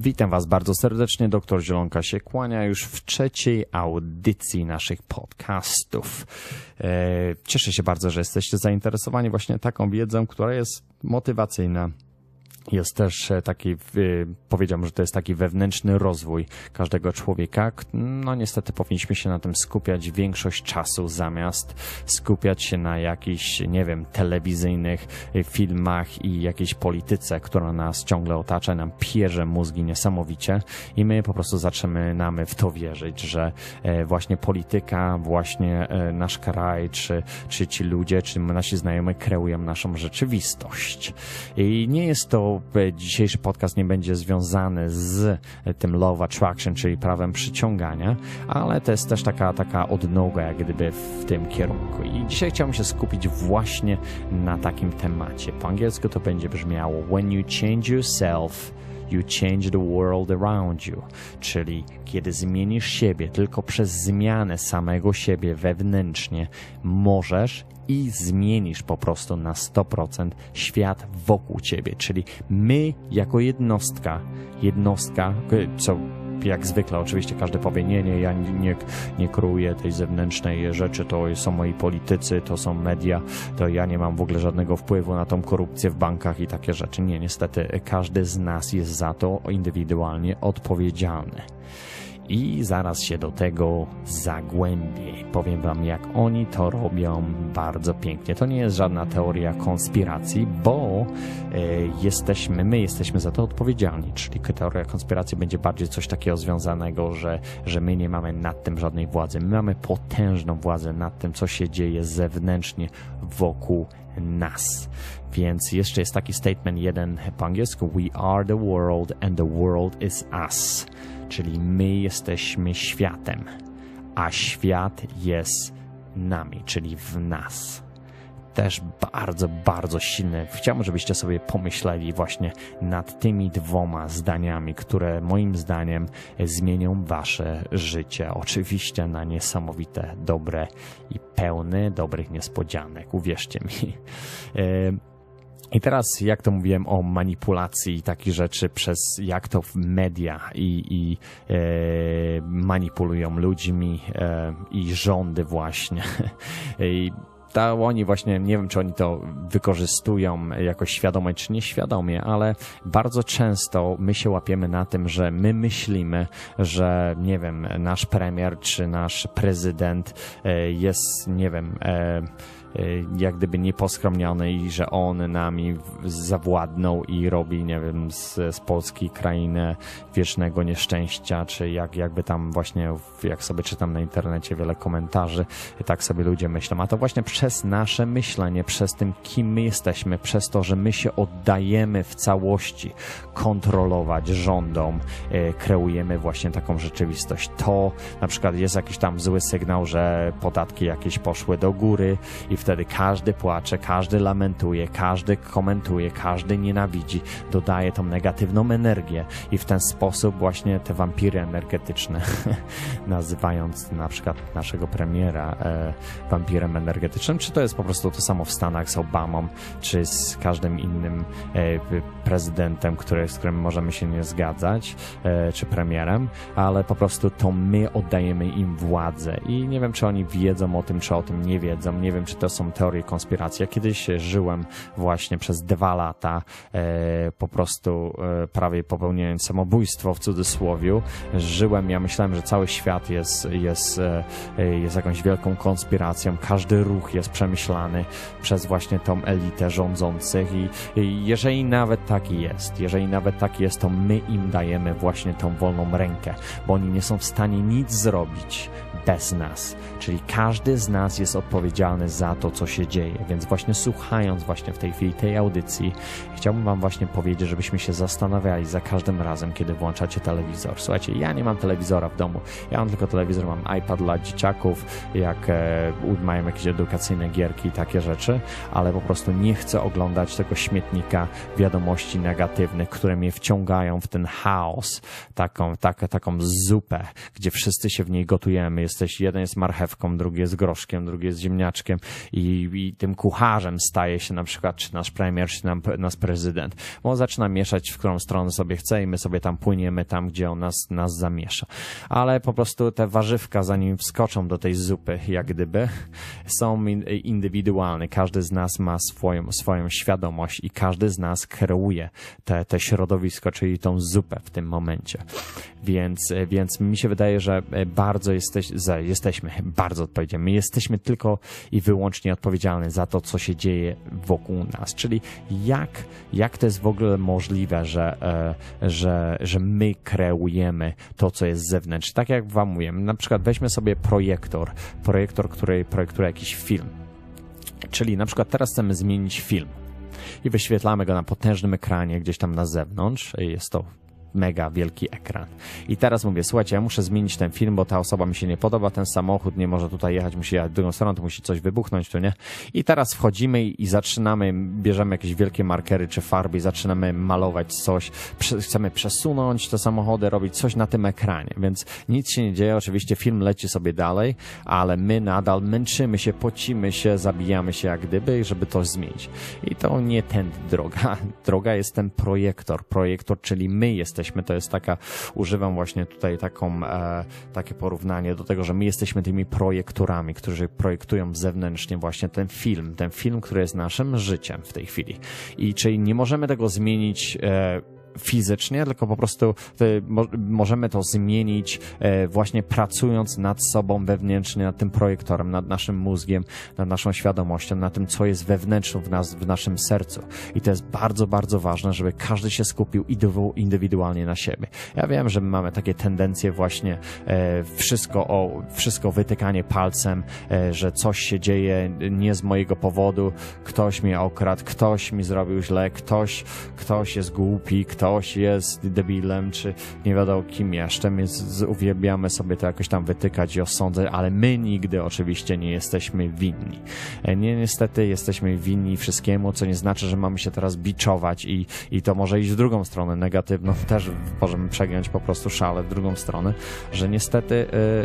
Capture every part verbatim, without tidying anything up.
Witam Was bardzo serdecznie. Doktor Zielonka się kłania już w trzeciej audycji naszych podcastów. Cieszę się bardzo, że jesteście zainteresowani właśnie taką wiedzą, która jest motywacyjna. Jest też taki, powiedziałbym, że to jest taki wewnętrzny rozwój każdego człowieka. No niestety powinniśmy się na tym skupiać większość czasu, zamiast skupiać się na jakichś, nie wiem, telewizyjnych filmach i jakiejś polityce, która nas ciągle otacza, nam pierze mózgi niesamowicie i my po prostu zaczynamy w to wierzyć, że właśnie polityka, właśnie nasz kraj, czy, czy ci ludzie, czy nasi znajomi kreują naszą rzeczywistość. I nie jest to dzisiejszy podcast nie będzie związany z tym law of attraction, czyli prawem przyciągania, ale to jest też taka, taka odnoga jak gdyby w tym kierunku. I dzisiaj chciałbym się skupić właśnie na takim temacie. Po angielsku to będzie brzmiało When you change yourself, you change the world around you. Czyli kiedy zmienisz siebie tylko przez zmianę samego siebie wewnętrznie, możesz i zmienisz po prostu na sto procent świat wokół ciebie. Czyli my jako jednostka, jednostka, co jak zwykle oczywiście każdy powie, nie, nie, ja nie, nie kreuję tej zewnętrznej rzeczy, to są moi politycy, to są media, to ja nie mam w ogóle żadnego wpływu na tą korupcję w bankach i takie rzeczy. Nie, niestety każdy z nas jest za to indywidualnie odpowiedzialny. I zaraz się do tego zagłębię. Powiem wam, jak oni to robią bardzo pięknie. To nie jest żadna teoria konspiracji, bo e, jesteśmy, my jesteśmy za to odpowiedzialni. Czyli teoria konspiracji będzie bardziej coś takiego związanego, że, że my nie mamy nad tym żadnej władzy. My mamy potężną władzę nad tym, co się dzieje zewnętrznie wokół nas. Więc jeszcze jest taki statement jeden po angielsku. We are the world and the world is us. Czyli my jesteśmy światem, a świat jest nami, czyli w nas. Też bardzo, bardzo silne. Chciałbym, żebyście sobie pomyśleli właśnie nad tymi dwoma zdaniami, które moim zdaniem zmienią wasze życie. Oczywiście na niesamowite, dobre i pełne dobrych niespodzianek. Uwierzcie mi. I teraz, jak to mówiłem o manipulacji i takich rzeczy przez, jak to media i, i e, manipulują ludźmi e, i rządy właśnie. I ta, oni właśnie, nie wiem, czy oni to wykorzystują jakoś świadomie, czy nieświadomie, ale bardzo często my się łapiemy na tym, że my myślimy, że, nie wiem, nasz premier czy nasz prezydent e, jest, nie wiem, e, jak gdyby nieposkromniony i że on nami zawładnął i robi, nie wiem, z, z Polski krainę wiecznego nieszczęścia, czy jak, jakby tam właśnie, jak sobie czytam na internecie wiele komentarzy, tak sobie ludzie myślą, a to właśnie przez nasze myślenie, przez tym, kim my jesteśmy, przez to, że my się oddajemy w całości kontrolować rządom, e, kreujemy właśnie taką rzeczywistość. To na przykład jest jakiś tam zły sygnał, że podatki jakieś poszły do góry i wtedy każdy płacze, każdy lamentuje, każdy komentuje, każdy nienawidzi, dodaje tą negatywną energię i w ten sposób właśnie te wampiry energetyczne, nazywając na przykład naszego premiera e, wampirem energetycznym, czy to jest po prostu to samo w Stanach z Obamą, czy z każdym innym e, prezydentem, który, z którym możemy się nie zgadzać, e, czy premierem, ale po prostu to my oddajemy im władzę i nie wiem, czy oni wiedzą o tym, czy o tym nie wiedzą, nie wiem, czy to są teorie konspiracji. Ja kiedyś żyłem właśnie przez dwa lata e, po prostu e, prawie popełniając samobójstwo w cudzysłowiu. Żyłem, ja myślałem, że cały świat jest, jest, e, jest jakąś wielką konspiracją. Każdy ruch jest przemyślany przez właśnie tą elitę rządzących i, i jeżeli nawet taki jest, jeżeli nawet taki jest, to my im dajemy właśnie tą wolną rękę, bo oni nie są w stanie nic zrobić bez nas. Czyli każdy z nas jest odpowiedzialny za to, co się dzieje. Więc właśnie słuchając właśnie w tej chwili tej audycji, chciałbym wam właśnie powiedzieć, żebyśmy się zastanawiali za każdym razem, kiedy włączacie telewizor. Słuchajcie, ja nie mam telewizora w domu. Ja mam tylko telewizor, mam iPad dla dzieciaków, jak e, mają jakieś edukacyjne gierki i takie rzeczy, ale po prostu nie chcę oglądać tego śmietnika wiadomości negatywnych, które mnie wciągają w ten chaos, taką, tak, taką zupę, gdzie wszyscy się w niej gotujemy. Jesteś, jeden jest marchewką, drugi jest groszkiem, drugi jest ziemniaczkiem i, i tym kucharzem staje się na przykład czy nasz premier, czy nam, nasz prezydent, bo on zaczyna mieszać, w którą stronę sobie chce i my sobie tam płyniemy tam, gdzie on nas, nas zamiesza. Ale po prostu te warzywka, zanim wskoczą do tej zupy, jak gdyby, są indywidualne. Każdy z nas ma swoją, swoją świadomość i każdy z nas kreuje te, te środowisko, czyli tą zupę w tym momencie. Więc, więc mi się wydaje, że bardzo jesteś, jesteśmy, bardzo odpowiedzialni. My jesteśmy tylko i wyłącznie odpowiedzialni za to, co się dzieje wokół nas. Czyli jak, jak to jest w ogóle możliwe, że, że, że my kreujemy to, co jest z zewnątrz. Tak jak wam mówiłem, na przykład weźmy sobie projektor, projektor, który projektuje jakiś film. Czyli na przykład teraz chcemy zmienić film i wyświetlamy go na potężnym ekranie gdzieś tam na zewnątrz. Jest to mega wielki ekran. I teraz mówię, słuchajcie, ja muszę zmienić ten film, bo ta osoba mi się nie podoba, ten samochód nie może tutaj jechać, musi jechać w drugą stronę, to musi coś wybuchnąć, tu nie? I teraz wchodzimy i zaczynamy, bierzemy jakieś wielkie markery czy farby i zaczynamy malować coś, chcemy przesunąć te samochody, robić coś na tym ekranie, więc nic się nie dzieje, oczywiście film leci sobie dalej, ale my nadal męczymy się, pocimy się, zabijamy się jak gdyby, żeby to zmienić. I to nie tędy droga. Droga jest ten projektor. Projektor, czyli my jesteśmy to jest taka, używam właśnie tutaj taką, e, takie porównanie do tego, że my jesteśmy tymi projektorami, którzy projektują zewnętrznie właśnie ten film, ten film, który jest naszym życiem w tej chwili. I czyli nie możemy tego zmienić e, fizycznie, tylko po prostu mo możemy to zmienić e, właśnie pracując nad sobą wewnętrznie, nad tym projektorem, nad naszym mózgiem, nad naszą świadomością, nad tym, co jest wewnętrzne w nas, w naszym sercu. I to jest bardzo, bardzo ważne, żeby każdy się skupił indywidualnie na siebie. Ja wiem, że my mamy takie tendencje właśnie e, wszystko o, wszystko wytykanie palcem, e, że coś się dzieje nie z mojego powodu, ktoś mnie okradł, ktoś mi zrobił źle, ktoś, ktoś jest głupi, ktoś jest debilem, czy nie wiadomo kim jeszcze. My uwielbiamy sobie to jakoś tam wytykać i osądzać, ale my nigdy oczywiście nie jesteśmy winni. Nie, niestety jesteśmy winni wszystkiemu, co nie znaczy, że mamy się teraz biczować i, i to może iść w drugą stronę negatywną. Też możemy przegiąć po prostu szale w drugą stronę, że niestety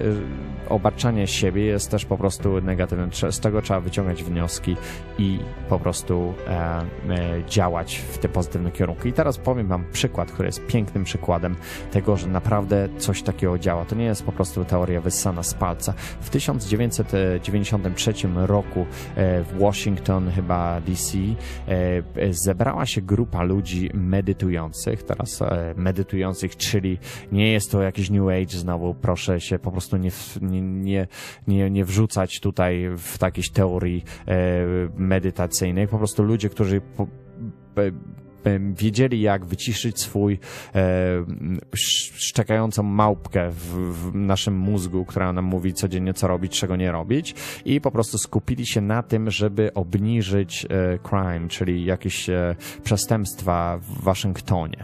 yy, obarczanie siebie jest też po prostu negatywne. Z tego trzeba wyciągać wnioski i po prostu e, e, działać w te pozytywne kierunki. I teraz powiem wam przykład, który jest pięknym przykładem tego, że naprawdę coś takiego działa. To nie jest po prostu teoria wyssana z palca. W tysiąc dziewięćset dziewięćdziesiątym trzecim roku w Washington chyba D C zebrała się grupa ludzi medytujących, teraz medytujących, czyli nie jest to jakiś New Age znowu, proszę się po prostu nie, nie, nie, nie wrzucać tutaj w jakiejś teorii medytacyjnej, po prostu ludzie, którzy po, wiedzieli, jak wyciszyć swój e, szczekającą małpkę w, w naszym mózgu, która nam mówi codziennie, co robić, czego nie robić, i po prostu skupili się na tym, żeby obniżyć e, crime, czyli jakieś e, przestępstwa w Waszyngtonie.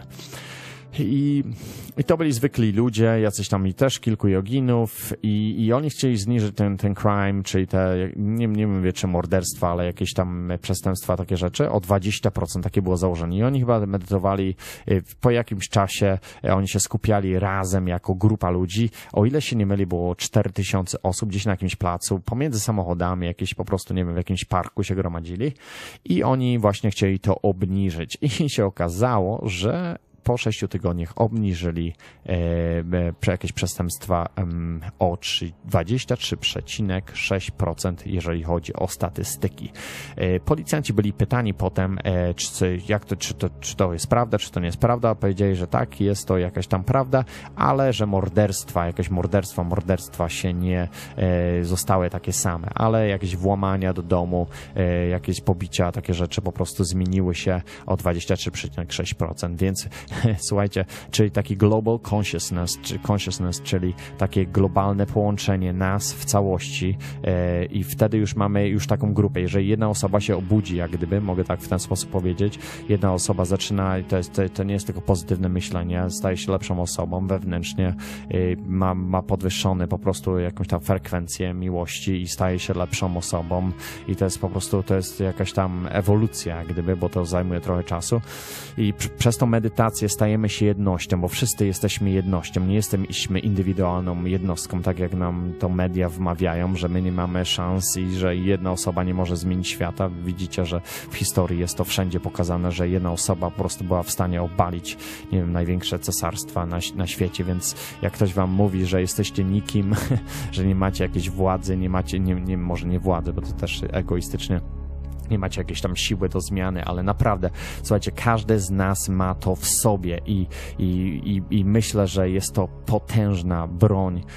I, I to byli zwykli ludzie, jacyś tam i też kilku joginów i, i oni chcieli zniżyć ten, ten crime, czyli te, nie, nie mówię czy morderstwa, ale jakieś tam przestępstwa, takie rzeczy, o dwadzieścia procent, takie było założenie. I oni chyba medytowali po jakimś czasie, oni się skupiali razem jako grupa ludzi. O ile się nie myli, było cztery tysiące osób gdzieś na jakimś placu, pomiędzy samochodami, jakieś po prostu, nie wiem, w jakimś parku się gromadzili i oni właśnie chcieli to obniżyć. I się okazało, że po sześciu tygodniach obniżyli e, jakieś przestępstwa e, o dwadzieścia trzy przecinek sześć procent, jeżeli chodzi o statystyki. E, policjanci byli pytani potem, e, czy, jak to, czy, to, czy to jest prawda, czy to nie jest prawda. Powiedzieli, że tak, jest to jakaś tam prawda, ale że morderstwa, jakieś morderstwa, morderstwa się nie e, zostały takie same, ale jakieś włamania do domu, e, jakieś pobicia, takie rzeczy po prostu zmieniły się o dwadzieścia trzy przecinek sześć procent, więc słuchajcie, czyli taki global consciousness, czy consciousness, czyli takie globalne połączenie nas w całości e, i wtedy już mamy już taką grupę. Jeżeli jedna osoba się obudzi, jak gdyby, mogę tak w ten sposób powiedzieć, jedna osoba zaczyna, to, jest, to, to nie jest tylko pozytywne myślenie, staje się lepszą osobą wewnętrznie, e, ma, ma podwyższony po prostu jakąś tam frekwencję miłości i staje się lepszą osobą i to jest po prostu, to jest jakaś tam ewolucja, jak gdyby, bo to zajmuje trochę czasu i przez tą medytację stajemy się jednością, bo wszyscy jesteśmy jednością, nie jesteśmy indywidualną jednostką, tak jak nam to media wmawiają, że my nie mamy szans i że jedna osoba nie może zmienić świata. Widzicie, że w historii jest to wszędzie pokazane, że jedna osoba po prostu była w stanie obalić, nie wiem, największe cesarstwa na, na świecie, więc jak ktoś wam mówi, że jesteście nikim, że nie macie jakiejś władzy, nie macie, nie, nie, może nie władzy, bo to też egoistycznie, nie macie jakiejś tam siły do zmiany, ale naprawdę, słuchajcie, każdy z nas ma to w sobie i, i, i, i myślę, że jest to potężna broń e,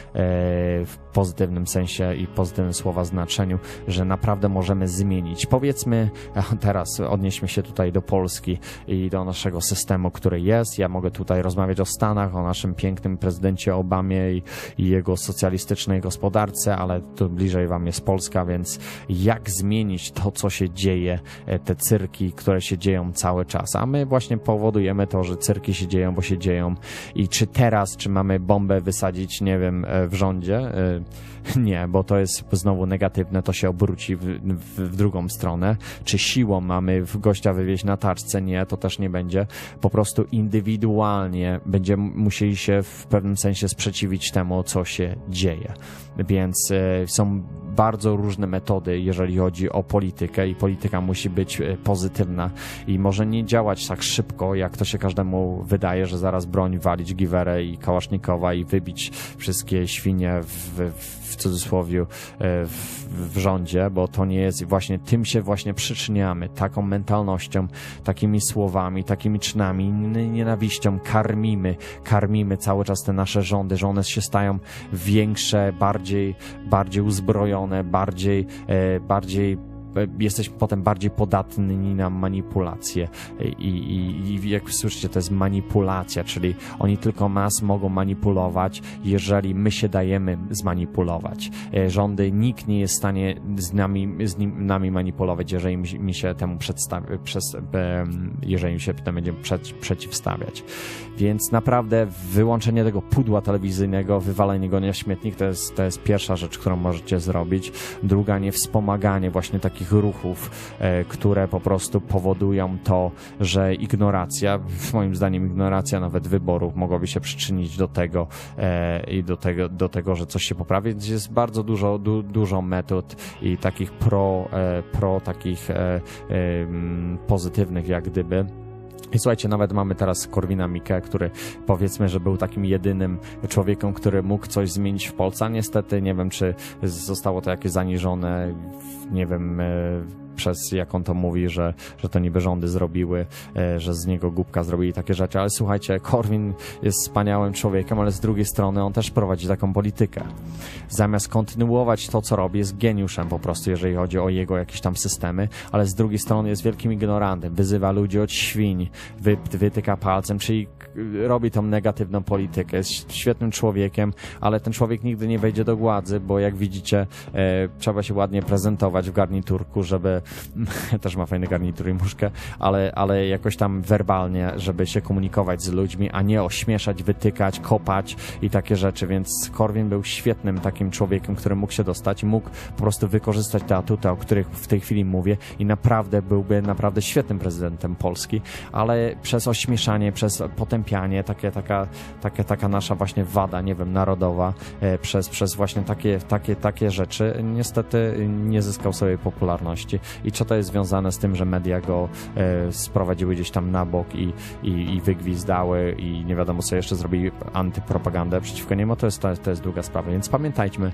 w pozytywnym sensie i pozytywnym słowa znaczeniu, że naprawdę możemy zmienić. Powiedzmy, teraz odnieśmy się tutaj do Polski i do naszego systemu, który jest. Ja mogę tutaj rozmawiać o Stanach, o naszym pięknym prezydencie Obamie i, i jego socjalistycznej gospodarce, ale tu bliżej wam jest Polska, więc jak zmienić to, co się dzieje, te cyrki, które się dzieją cały czas, a my właśnie powodujemy to, że cyrki się dzieją, bo się dzieją i czy teraz, czy mamy bombę wysadzić, nie wiem, w rządzie? Nie, bo to jest znowu negatywne, to się obróci w, w, w drugą stronę. Czy siłą mamy gościa wywieźć na taczce? Nie, to też nie będzie. Po prostu indywidualnie będziemy musieli się w pewnym sensie sprzeciwić temu, co się dzieje. Więc y, są bardzo różne metody, jeżeli chodzi o politykę i polityka musi być pozytywna i może nie działać tak szybko, jak to się każdemu wydaje, że zaraz broń walić Giwerę i Kałasznikowa i wybić wszystkie świnie w, w cudzysłowie w, w rządzie, bo to nie jest właśnie, tym się właśnie przyczyniamy, taką mentalnością, takimi słowami, takimi czynami, nienawiścią karmimy, karmimy cały czas te nasze rządy, że one się stają większe, bardziej, bardziej uzbrojone, bardziej, e, bardziej jesteśmy potem bardziej podatni na manipulacje I, i, i jak słyszycie, to jest manipulacja, czyli oni tylko nas mogą manipulować, jeżeli my się dajemy zmanipulować. Rządy, nikt nie jest w stanie z nami, z nim, nami manipulować, jeżeli mi, mi się temu przedstawi, przez, jeżeli mi się potem będzie przed, przeciwstawiać. Więc naprawdę wyłączenie tego pudła telewizyjnego, wywalenie go na śmietnik, to jest, to jest pierwsza rzecz, którą możecie zrobić. Druga, nie wspomaganie właśnie takich ruchów, e, które po prostu powodują to, że ignoracja, moim zdaniem ignoracja nawet wyborów mogłaby się przyczynić do tego e, i do tego, do tego, że coś się poprawi. Więc jest bardzo dużo, du, dużo metod i takich pro, e, pro takich e, e, pozytywnych jak gdyby. I słuchajcie, nawet mamy teraz Korwina Mikke, który powiedzmy, że był takim jedynym człowiekiem, który mógł coś zmienić w Polsce, a niestety nie wiem, czy zostało to jakieś zaniżone, nie wiem, przez, jak on to mówi, że, że to niby rządy zrobiły, że z niego głupka zrobili takie rzeczy, ale słuchajcie, Korwin jest wspaniałym człowiekiem, ale z drugiej strony on też prowadzi taką politykę. Zamiast kontynuować to, co robi, jest geniuszem po prostu, jeżeli chodzi o jego jakieś tam systemy, ale z drugiej strony jest wielkim ignorantem, wyzywa ludzi od świń, wy, wytyka palcem, czyli robi tą negatywną politykę, jest świetnym człowiekiem, ale ten człowiek nigdy nie wejdzie do władzy, bo jak widzicie, e, trzeba się ładnie prezentować w garniturku, żeby też ma fajny garnitur i muszkę, ale, ale jakoś tam werbalnie, żeby się komunikować z ludźmi, a nie ośmieszać, wytykać, kopać i takie rzeczy, więc Korwin był świetnym takim człowiekiem, który mógł się dostać, mógł po prostu wykorzystać te atuty, o których w tej chwili mówię i naprawdę byłby naprawdę świetnym prezydentem Polski, ale przez ośmieszanie, przez potępianie, takie, taka, takie, taka nasza właśnie wada, nie wiem, narodowa, e, przez, przez właśnie takie, takie, takie rzeczy niestety nie zyskał sobie popularności. I co to jest związane z tym, że media go e, sprowadziły gdzieś tam na bok i, i, i wygwizdały i nie wiadomo co jeszcze zrobili, antypropagandę przeciwko niemu, to jest, to jest, to jest długa sprawa, więc pamiętajmy,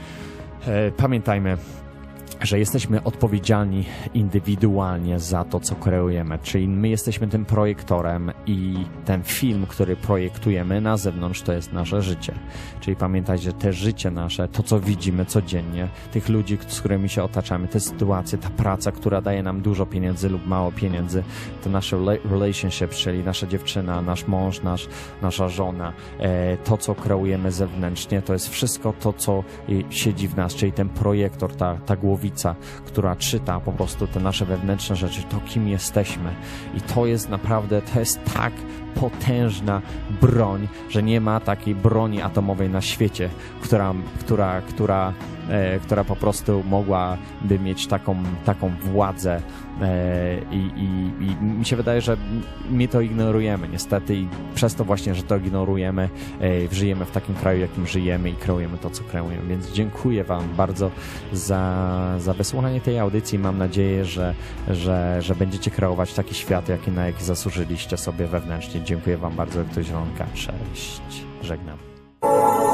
e, pamiętajmy, że jesteśmy odpowiedzialni indywidualnie za to, co kreujemy, czyli my jesteśmy tym projektorem i ten film, który projektujemy na zewnątrz, to jest nasze życie. Czyli pamiętajcie, że te życie nasze, to co widzimy codziennie, tych ludzi, z którymi się otaczamy, te sytuacje, ta praca, która daje nam dużo pieniędzy lub mało pieniędzy, to nasze relationships, czyli nasza dziewczyna, nasz mąż, nasz, nasza żona, to co kreujemy zewnętrznie, to jest wszystko to, co siedzi w nas, czyli ten projektor, ta, ta głowa głowica, która czyta po prostu te nasze wewnętrzne rzeczy, to kim jesteśmy. I to jest naprawdę, to jest tak potężna broń, że nie ma takiej broni atomowej na świecie, która, która, która, e, która po prostu mogłaby mieć taką, taką władzę e, i, i, i mi się wydaje, że my to ignorujemy niestety i przez to właśnie, że to ignorujemy, e, żyjemy w takim kraju, jakim żyjemy i kreujemy to, co kreujemy. Więc dziękuję Wam bardzo za, za wysłuchanie tej audycji. Mam nadzieję, że, że, że będziecie kreować taki świat, jaki, na jaki zasłużyliście sobie wewnętrznie. Dziękuję Wam bardzo, Wiktor Zielonka. Cześć. Żegnam.